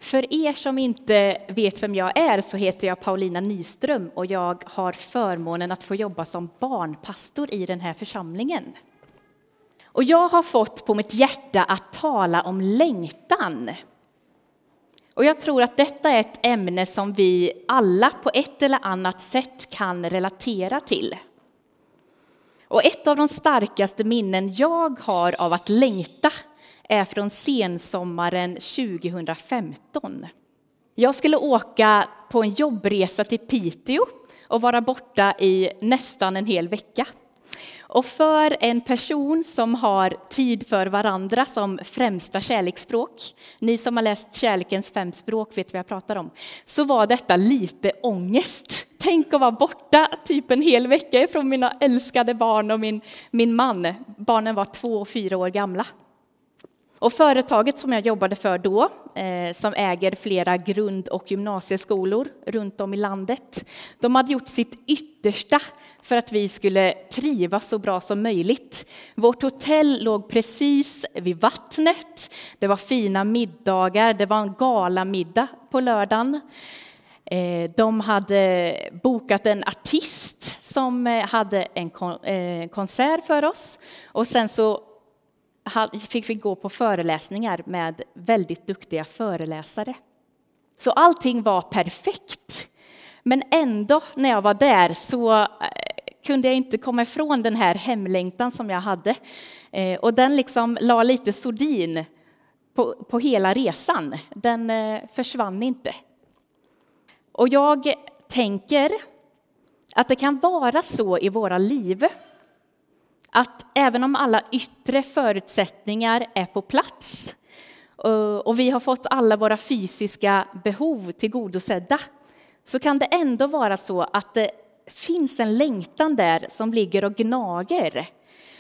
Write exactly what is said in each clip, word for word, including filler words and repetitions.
För er som inte vet vem jag är så heter jag Paulina Nyström och jag har förmånen att få jobba som barnpastor i den här församlingen. Och jag har fått på mitt hjärta att tala om längtan. Och jag tror att detta är ett ämne som vi alla på ett eller annat sätt kan relatera till. Och ett av de starkaste minnen jag har av att längta är från sensommaren tjugohundrafemton. Jag skulle åka på en jobbresa till Piteå och vara borta i nästan en hel vecka. Och för en person som har tid för varandra som främsta kärleksspråk, ni som har läst Kärlekens fem språk vet vad jag pratar om, så var detta lite ångest. Tänk att vara borta typ en hel vecka från mina älskade barn och min, min man. Barnen var två och fyra år gamla. Och företaget som jag jobbade för då, eh, som äger flera grund- och gymnasieskolor runt om i landet, de hade gjort sitt yttersta för att vi skulle trivas så bra som möjligt. Vårt hotell låg precis vid vattnet, det var fina middagar, det var en galamiddag på lördagen. Eh, de hade bokat en artist som hade en kon- eh, konsert för oss och sen så fick vi gå på föreläsningar med väldigt duktiga föreläsare. Så allting var perfekt. Men ändå när jag var där så kunde jag inte komma ifrån den här hemlängtan som jag hade. Och den liksom la lite sordin på, på hela resan. Den försvann inte. Och jag tänker att det kan vara så i våra liv att även om alla yttre förutsättningar är på plats och vi har fått alla våra fysiska behov tillgodosedda, så kan det ändå vara så att det finns en längtan där som ligger och gnager.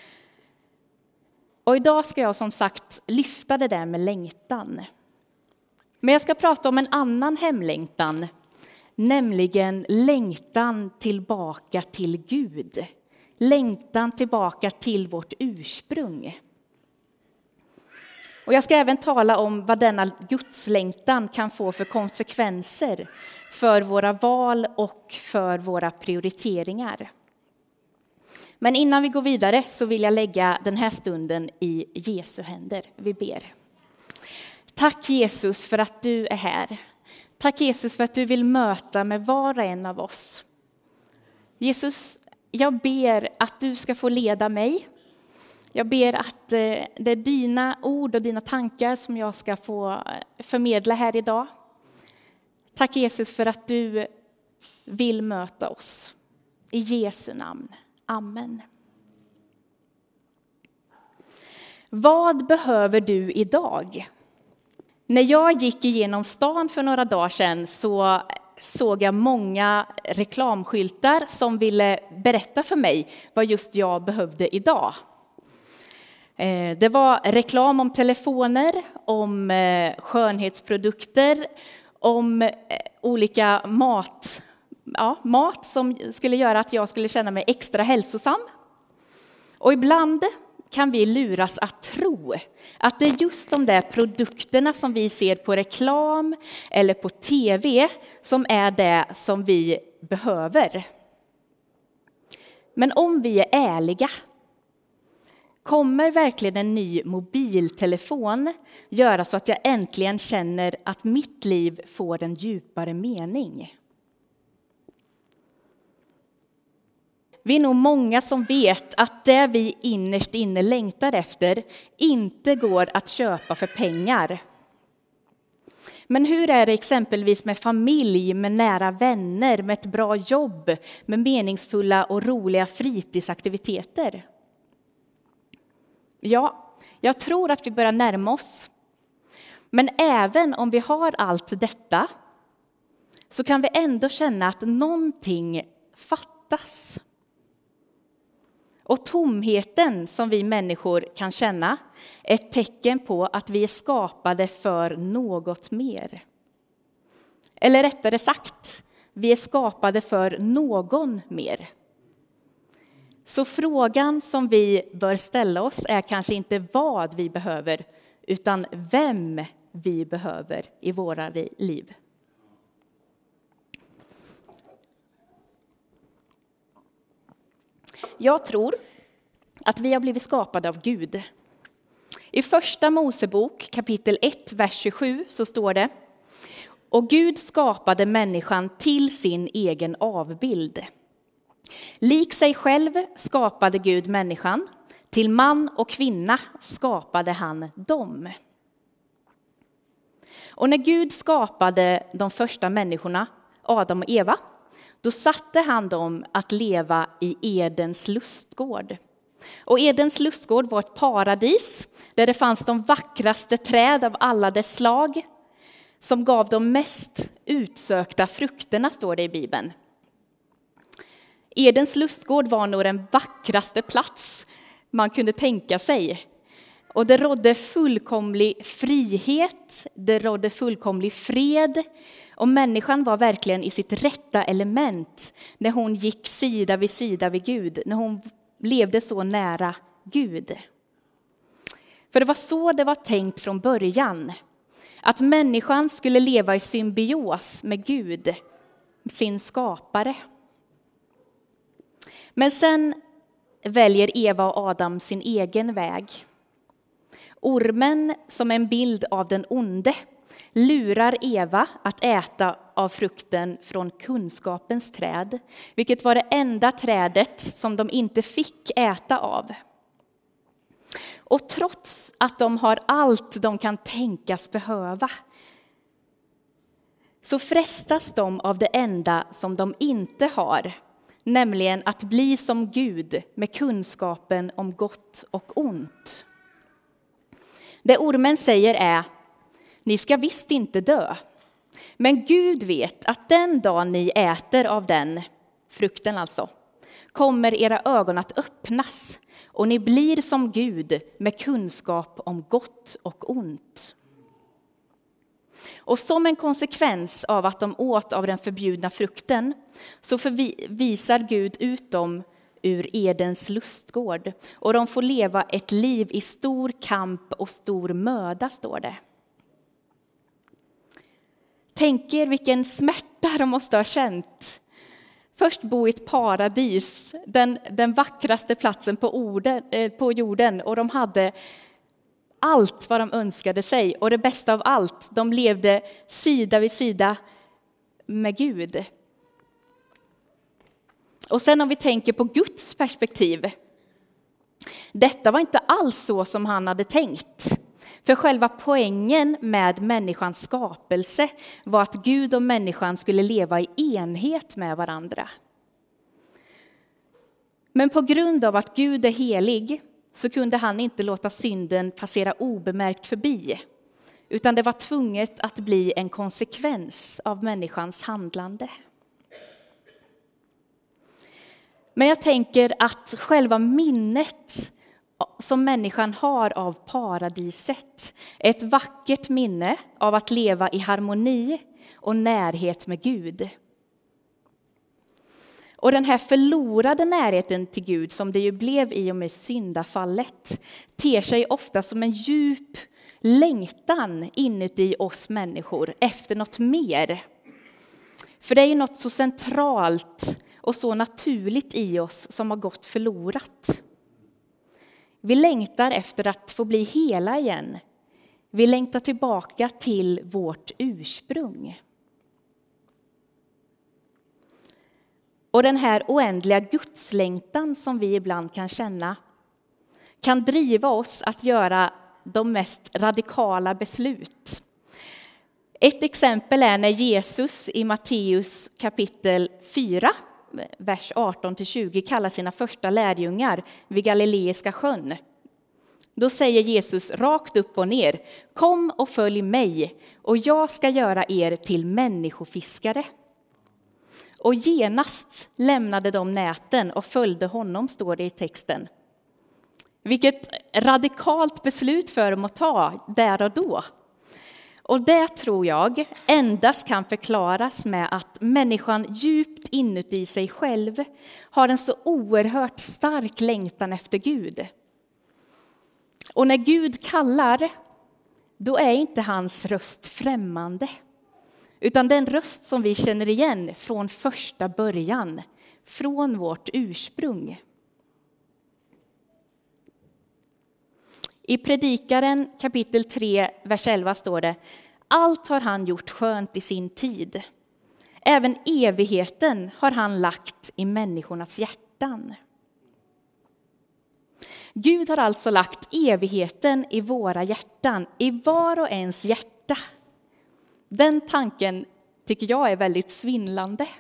Och idag ska jag som sagt lyfta det där med längtan. Men jag ska prata om en annan hemlängtan, nämligen längtan tillbaka till Gud. Längtan tillbaka till vårt ursprung. Och jag ska även tala om vad denna gudslängtan kan få för konsekvenser för våra val och för våra prioriteringar. Men innan vi går vidare så vill jag lägga den här stunden i Jesu händer. Vi ber. Tack Jesus för att du är här. Tack Jesus för att du vill möta med var och en av oss. Jesus, jag ber att du ska få leda mig. Jag ber att det är dina ord och dina tankar som jag ska få förmedla här idag. Tack Jesus för att du vill möta oss. I Jesu namn. Amen. Vad behöver du idag? När jag gick igenom stan för några dagar sedan så såg jag många reklamskyltar som ville berätta för mig vad just jag behövde idag. Det var reklam om telefoner, om skönhetsprodukter, om olika mat, ja, mat som skulle göra att jag skulle känna mig extra hälsosam. Och ibland kan vi luras att tro att det är just de där produkterna som vi ser på reklam eller på tv som är det som vi behöver. Men om vi är ärliga, kommer verkligen en ny mobiltelefon göra så att jag äntligen känner att mitt liv får en djupare mening? Vi är nog många som vet att det vi innerst inne längtar efter inte går att köpa för pengar. Men hur är det exempelvis med familj, med nära vänner, med ett bra jobb, med meningsfulla och roliga fritidsaktiviteter? Ja, jag tror att vi börjar närma oss. Men även om vi har allt detta så kan vi ändå känna att någonting fattas. Och tomheten som vi människor kan känna är ett tecken på att vi är skapade för något mer. Eller rättare sagt, vi är skapade för någon mer. Så frågan som vi bör ställa oss är kanske inte vad vi behöver, utan vem vi behöver i våra liv. Jag tror att vi har blivit skapade av Gud. I första Mosebok kapitel ett, vers tjugosju så står det: och Gud skapade människan till sin egen avbild. Lik sig själv skapade Gud människan, till man och kvinna skapade han dem. Och när Gud skapade de första människorna, Adam och Eva, då satte han dem att leva i Edens lustgård. Och Edens lustgård var ett paradis där det fanns de vackraste träd av alla dess slag, som gav de mest utsökta frukterna, står det i Bibeln. Edens lustgård var nog den vackraste plats man kunde tänka sig. Och det rådde fullkomlig frihet, det rådde fullkomlig fred. Och människan var verkligen i sitt rätta element när hon gick sida vid sida vid Gud. När hon levde så nära Gud. För det var så det var tänkt från början. Att människan skulle leva i symbios med Gud, sin skapare. Men sen väljer Eva och Adam sin egen väg. Ormen, som en bild av den onde, lurar Eva att äta av frukten från kunskapens träd, vilket var det enda trädet som de inte fick äta av. Och trots att de har allt de kan tänkas behöva, så frestas de av det enda som de inte har, nämligen att bli som Gud med kunskapen om gott och ont. Det ormen säger är: ni ska visst inte dö. Men Gud vet att den dag ni äter av den, frukten alltså, kommer era ögon att öppnas och ni blir som Gud med kunskap om gott och ont. Och som en konsekvens av att de åt av den förbjudna frukten så förvisar Gud ut dem ur Edens lustgård. Och de får leva ett liv i stor kamp och stor möda, står det. Tänk er vilken smärta de måste ha känt. Först bo i ett paradis, den, den vackraste platsen på, orden, eh, på jorden. Och de hade allt vad de önskade sig. Och det bästa av allt, de levde sida vid sida med Gud. Och sen om vi tänker på Guds perspektiv. Detta var inte alls så som han hade tänkt. För själva poängen med människans skapelse var att Gud och människan skulle leva i enhet med varandra. Men på grund av att Gud är helig så kunde han inte låta synden passera obemärkt förbi. Utan det var tvunget att bli en konsekvens av människans handlande. Men jag tänker att själva minnet som människan har av paradiset är ett vackert minne av att leva i harmoni och närhet med Gud. Och den här förlorade närheten till Gud som det ju blev i och med syndafallet ter sig ofta som en djup längtan inuti oss människor efter något mer. För det är ju något så centralt och så naturligt i oss som har gått förlorat. Vi längtar efter att få bli hela igen. Vi längtar tillbaka till vårt ursprung. Och den här oändliga gudslängtan som vi ibland kan känna kan driva oss att göra de mest radikala beslut. Ett exempel är när Jesus i Matteus kapitel fyra, vers arton till tjugo, kallar sina första lärjungar vid Galileiska sjön. Då säger Jesus rakt upp och ner: kom och följ mig och jag ska göra er till människofiskare. Och genast lämnade de näten och följde honom, står det i texten. Vilket radikalt beslut för dem att ta där och då. Och det tror jag endast kan förklaras med att människan djupt inuti sig själv har en så oerhört stark längtan efter Gud. Och när Gud kallar, då är inte hans röst främmande. Utan den röst som vi känner igen från första början, från vårt ursprung. I Predikaren kapitel tre, vers elva står det: allt har han gjort skönt i sin tid. Även evigheten har han lagt i människornas hjärtan. Gud har alltså lagt evigheten i våra hjärtan, i var och ens hjärta. Den tanken tycker jag är väldigt svindlande.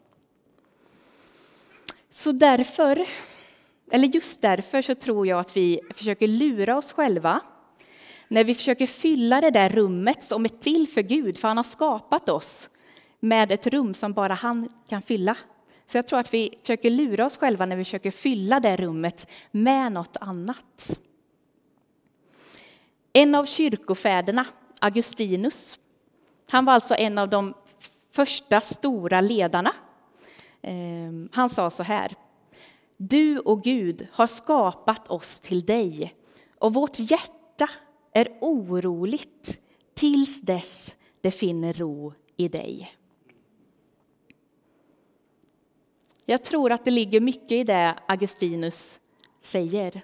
Så därför, eller just därför så tror jag att vi försöker lura oss själva. När vi försöker fylla det där rummet som är till för Gud, för han har skapat oss med ett rum som bara han kan fylla. Så jag tror att vi försöker lura oss själva när vi försöker fylla det rummet med något annat. En av kyrkofäderna, Augustinus, han var alltså en av de första stora ledarna. Han sa så här: du och Gud har skapat oss till dig, och vårt hjärta är oroligt tills dess det finner ro i dig. Jag tror att det ligger mycket i det Augustinus säger.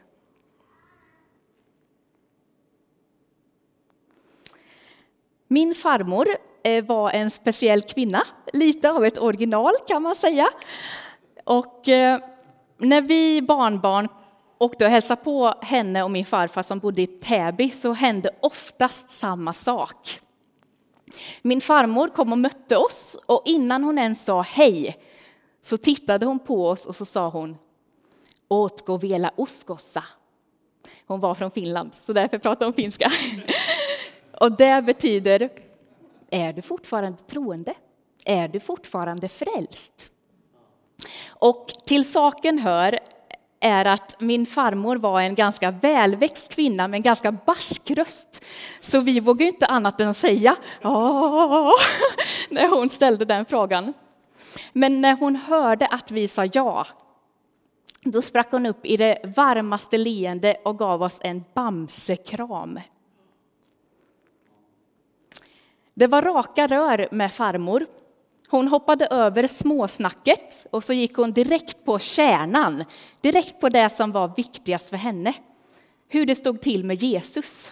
Min farmor var en speciell kvinna, lite av ett original kan man säga. Och när vi barnbarn åkte och hälsade på henne och min farfar som bodde i Täby, så hände oftast samma sak. Min farmor kom och mötte oss, och innan hon ens sa hej så tittade hon på oss och så sa hon: åtgå vela uskossa. Hon var från Finland, så därför pratar hon finska. Och det betyder: är du fortfarande troende? Är du fortfarande frälst? Och till saken hör är att min farmor var en ganska välväxt kvinna med en ganska barsk röst. Så vi vågade inte annat än säga ja när hon ställde den frågan. Men när hon hörde att vi sa ja, då sprack hon upp i det varmaste leende och gav oss en bamsekram. Det var raka rör med farmor. Hon hoppade över småsnacket och så gick hon direkt på kärnan. Direkt på det som var viktigast för henne. Hur det stod till med Jesus.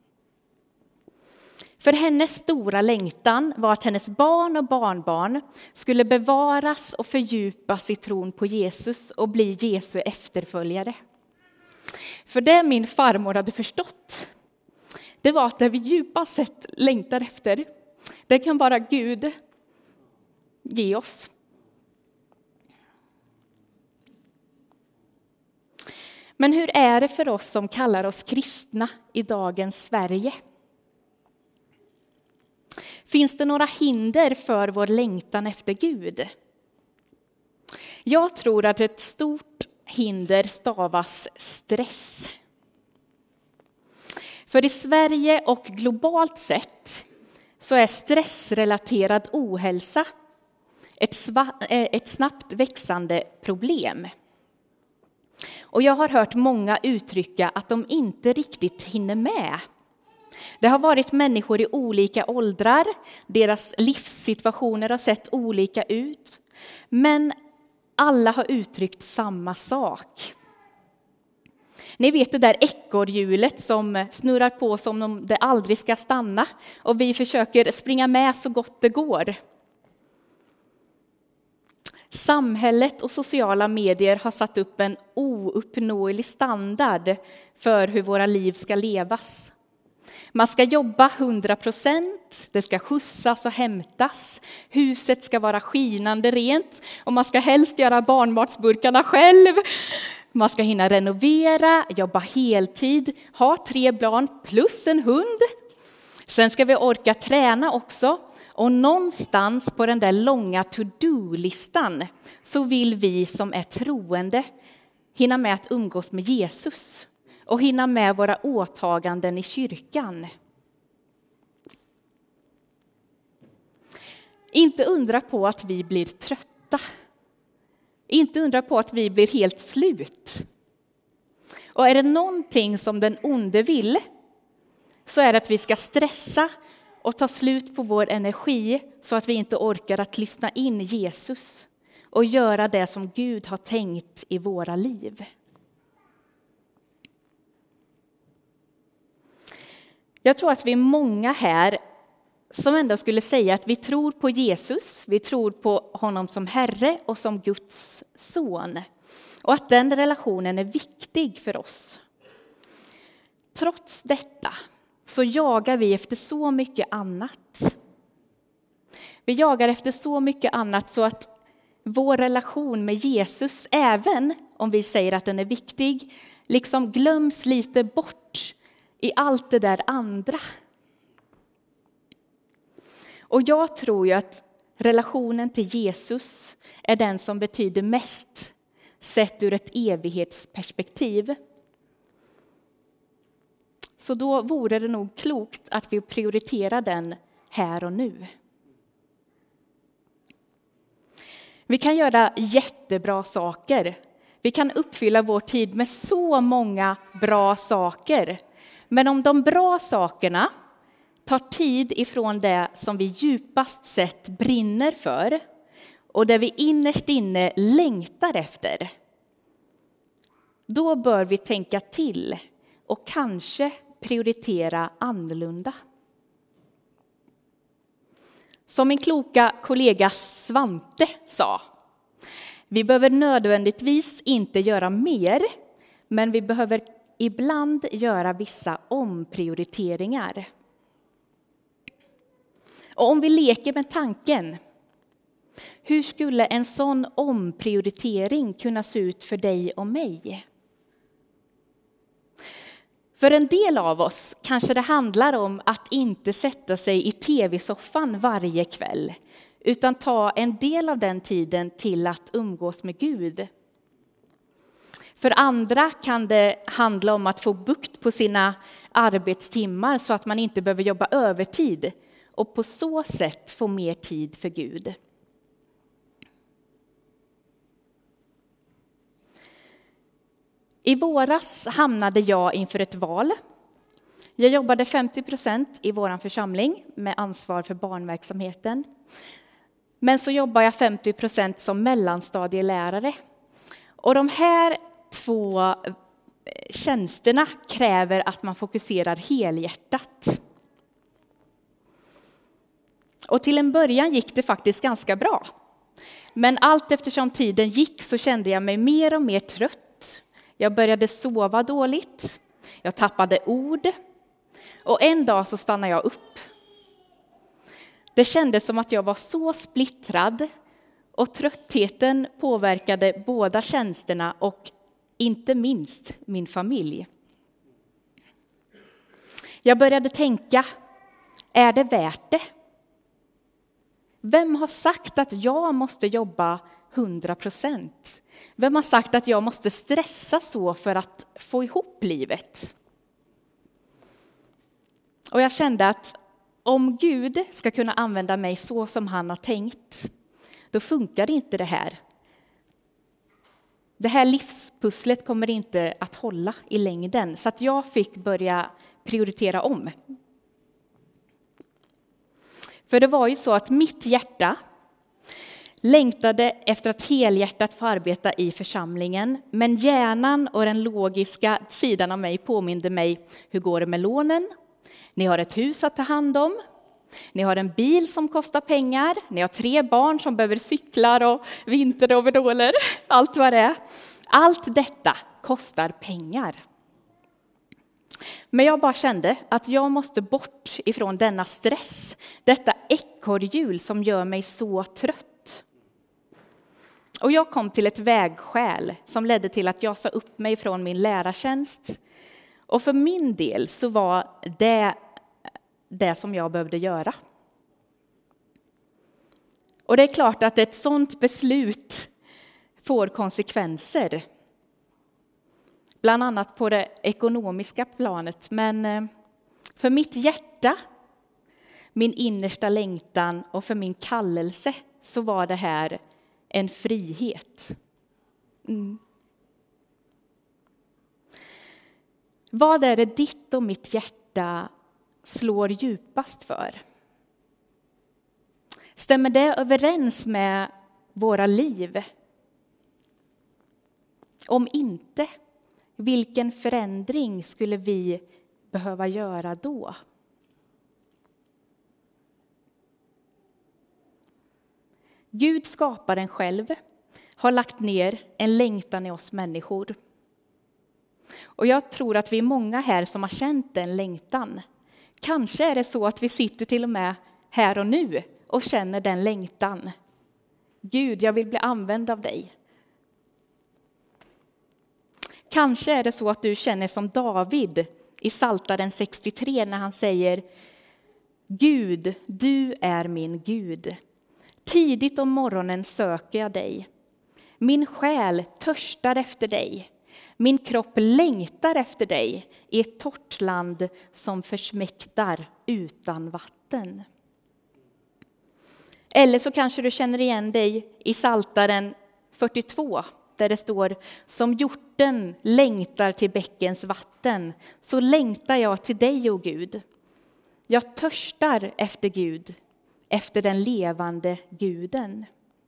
För hennes stora längtan var att hennes barn och barnbarn skulle bevaras och fördjupas i tron på Jesus och bli Jesu efterföljare. För det min farmor hade förstått, det var att det vi djupast sett längtar efter, det kan bara Gud ge oss. Men hur är det för oss som kallar oss kristna i dagens Sverige? Finns det några hinder för vår längtan efter Gud? Jag tror att ett stort hinder stavas stress. För i Sverige och globalt sett så är stressrelaterad ohälsa ett, sva- ett snabbt växande problem. Och jag har hört många uttrycka att de inte riktigt hinner med. Det har varit människor i olika åldrar, deras livssituationer har sett olika ut. Men alla har uttryckt samma sak. Ni vet det där ekorrhjulet som snurrar på som om det aldrig ska stanna. Och vi försöker springa med så gott det går. Samhället och sociala medier har satt upp en ouppnåelig standard för hur våra liv ska levas. Man ska jobba hundra procent, det ska skjutsas och hämtas, huset ska vara skinande rent och man ska helst göra barnmatsburkarna själv. Man ska hinna renovera, jobba heltid, ha tre barn plus en hund. Sen ska vi orka träna också. Och någonstans på den där långa to-do-listan så vill vi som är troende hinna med att umgås med Jesus. Och hinna med våra åtaganden i kyrkan. Inte undra på att vi blir trötta. Inte undra på att vi blir helt slut. Och är det någonting som den onde vill, så är det att vi ska stressa och ta slut på vår energi så att vi inte orkar att lyssna in Jesus och göra det som Gud har tänkt i våra liv. Jag tror att vi är många här som ändå skulle säga att vi tror på Jesus, vi tror på honom som Herre och som Guds son. Och att den relationen är viktig för oss. Trots detta så jagar vi efter så mycket annat. Vi jagar efter så mycket annat så att vår relation med Jesus, även om vi säger att den är viktig, liksom glöms lite bort i allt det där andra. Och jag tror ju att relationen till Jesus är den som betyder mest sett ur ett evighetsperspektiv. Så då vore det nog klokt att vi prioriterar den här och nu. Vi kan göra jättebra saker. Vi kan uppfylla vår tid med så många bra saker. Men om de bra sakerna tar tid ifrån det som vi djupast sett brinner för och det vi innerst inne längtar efter, då bör vi tänka till och kanske prioritera annorlunda. Som min kloka kollega Svante sa, vi behöver nödvändigtvis inte göra mer, men vi behöver ibland göra vissa omprioriteringar. Och om vi leker med tanken, hur skulle en sån omprioritering kunna se ut för dig och mig? För en del av oss kanske det handlar om att inte sätta sig i tv-soffan varje kväll, utan ta en del av den tiden till att umgås med Gud. För andra kan det handla om att få bukt på sina arbetstimmar så att man inte behöver jobba övertid och på så sätt få mer tid för Gud. I våras hamnade jag inför ett val. Jag jobbade femtio procent i vår församling med ansvar för barnverksamheten. Men så jobbar jag femtio procent som mellanstadielärare. Och de här två tjänsterna kräver att man fokuserar helhjärtat. Och till en början gick det faktiskt ganska bra. Men allt eftersom tiden gick så kände jag mig mer och mer trött. Jag började sova dåligt. Jag tappade ord. Och en dag så stannade jag upp. Det kändes som att jag var så splittrad. Och tröttheten påverkade båda tjänsterna och inte minst min familj. Jag började tänka, är det värt det? Vem har sagt att jag måste jobba hundra procent? Vem har sagt att jag måste stressa så för att få ihop livet? Och jag kände att om Gud ska kunna använda mig så som han har tänkt, då funkar inte det här. Det här livspusslet kommer inte att hålla i längden, så att jag fick börja prioritera om. För det var ju så att mitt hjärta längtade efter att helhjärtat få arbeta i församlingen. Men hjärnan och den logiska sidan av mig påminde mig, hur går det med lånen? Ni har ett hus att ta hand om. Ni har en bil som kostar pengar. Ni har tre barn som behöver cyklar och vinteroveraller. Allt vad det är. Allt detta kostar pengar. Men jag bara kände att jag måste bort ifrån denna stress. Detta ekorrhjul som gör mig så trött. Och jag kom till ett vägskäl som ledde till att jag sa upp mig från min lärartjänst. Och för min del så var det det som jag behövde göra. Och det är klart att ett sådant beslut får konsekvenser. Bland annat på det ekonomiska planet. Men för mitt hjärta, min innersta längtan och för min kallelse så var det här en frihet. Mm. Vad är det ditt och mitt hjärta slår djupast för? Stämmer det överens med våra liv? Om inte, vilken förändring skulle vi behöva göra då? Gud, skaparen själv, har lagt ner en längtan i oss människor. Och jag tror att vi är många här som har känt den längtan. Kanske är det så att vi sitter till och med här och nu och känner den längtan. Gud, jag vill bli använd av dig. Kanske är det så att du känner som David i Psaltaren sextiotre när han säger: Gud, du är min Gud. Tidigt om morgonen söker jag dig. Min själ törstar efter dig. Min kropp längtar efter dig i ett torrt land som försmäktar utan vatten. Eller så kanske du känner igen dig i Psaltaren fyrtiotvå där det står: som hjorten längtar till bäckens vatten, så längtar jag till dig, o Gud. Jag törstar efter Gud, efter den levande Guden.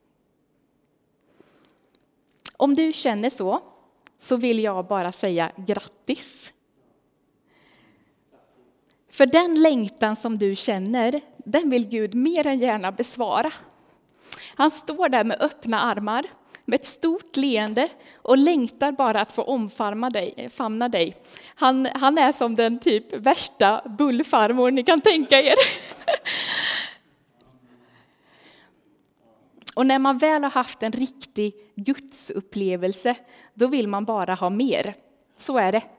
Om du känner så, så vill jag bara säga grattis. För den längtan som du känner, den vill Gud mer än gärna besvara. Han står där med öppna armar, med ett stort leende och längtar bara att få omfamna dig. Famna dig. Han, han är som den typ värsta bullfarmor ni kan tänka er. Och när man väl har haft en riktig gudsupplevelse, då vill man bara ha mer. Så är det.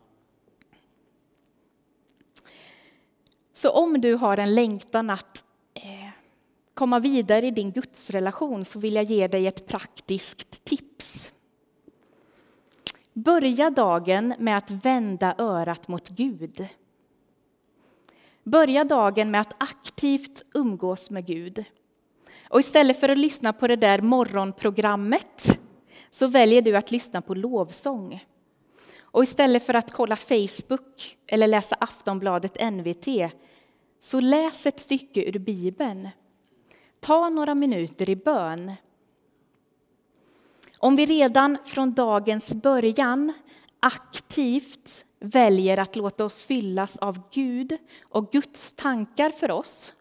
Så om du har en längtan att eh, komma vidare i din gudsrelation, så vill jag ge dig ett praktiskt tips. Börja dagen med att vända örat mot Gud. Börja dagen med att aktivt umgås med Gud. Och istället för att lyssna på det där morgonprogrammet, så väljer du att lyssna på lovsång. Och istället för att kolla Facebook eller läsa Aftonbladet N V T, så läs ett stycke ur Bibeln. Ta några minuter i bön. Om vi redan från dagens början aktivt väljer att låta oss fyllas av Gud och Guds tankar för oss,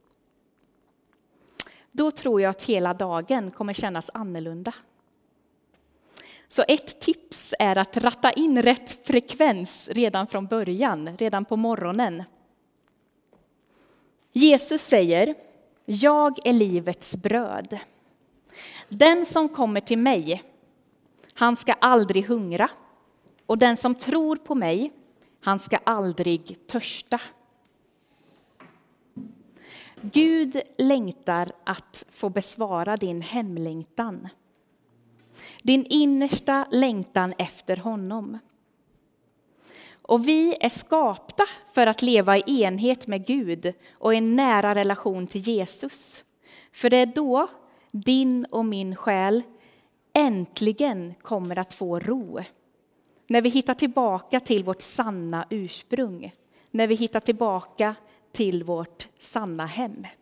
då tror jag att hela dagen kommer kännas annorlunda. Så ett tips är att ratta in rätt frekvens redan från början, redan på morgonen. Jesus säger: jag är livets bröd. Den som kommer till mig, han ska aldrig hungra. Och den som tror på mig, han ska aldrig törsta. Gud längtar att få besvara din hemlängtan. Din innersta längtan efter honom. Och vi är skapta för att leva i enhet med Gud och i en nära relation till Jesus. För det är då din och min själ äntligen kommer att få ro. När vi hittar tillbaka till vårt sanna ursprung. När vi hittar tillbaka till vårt sanna hem.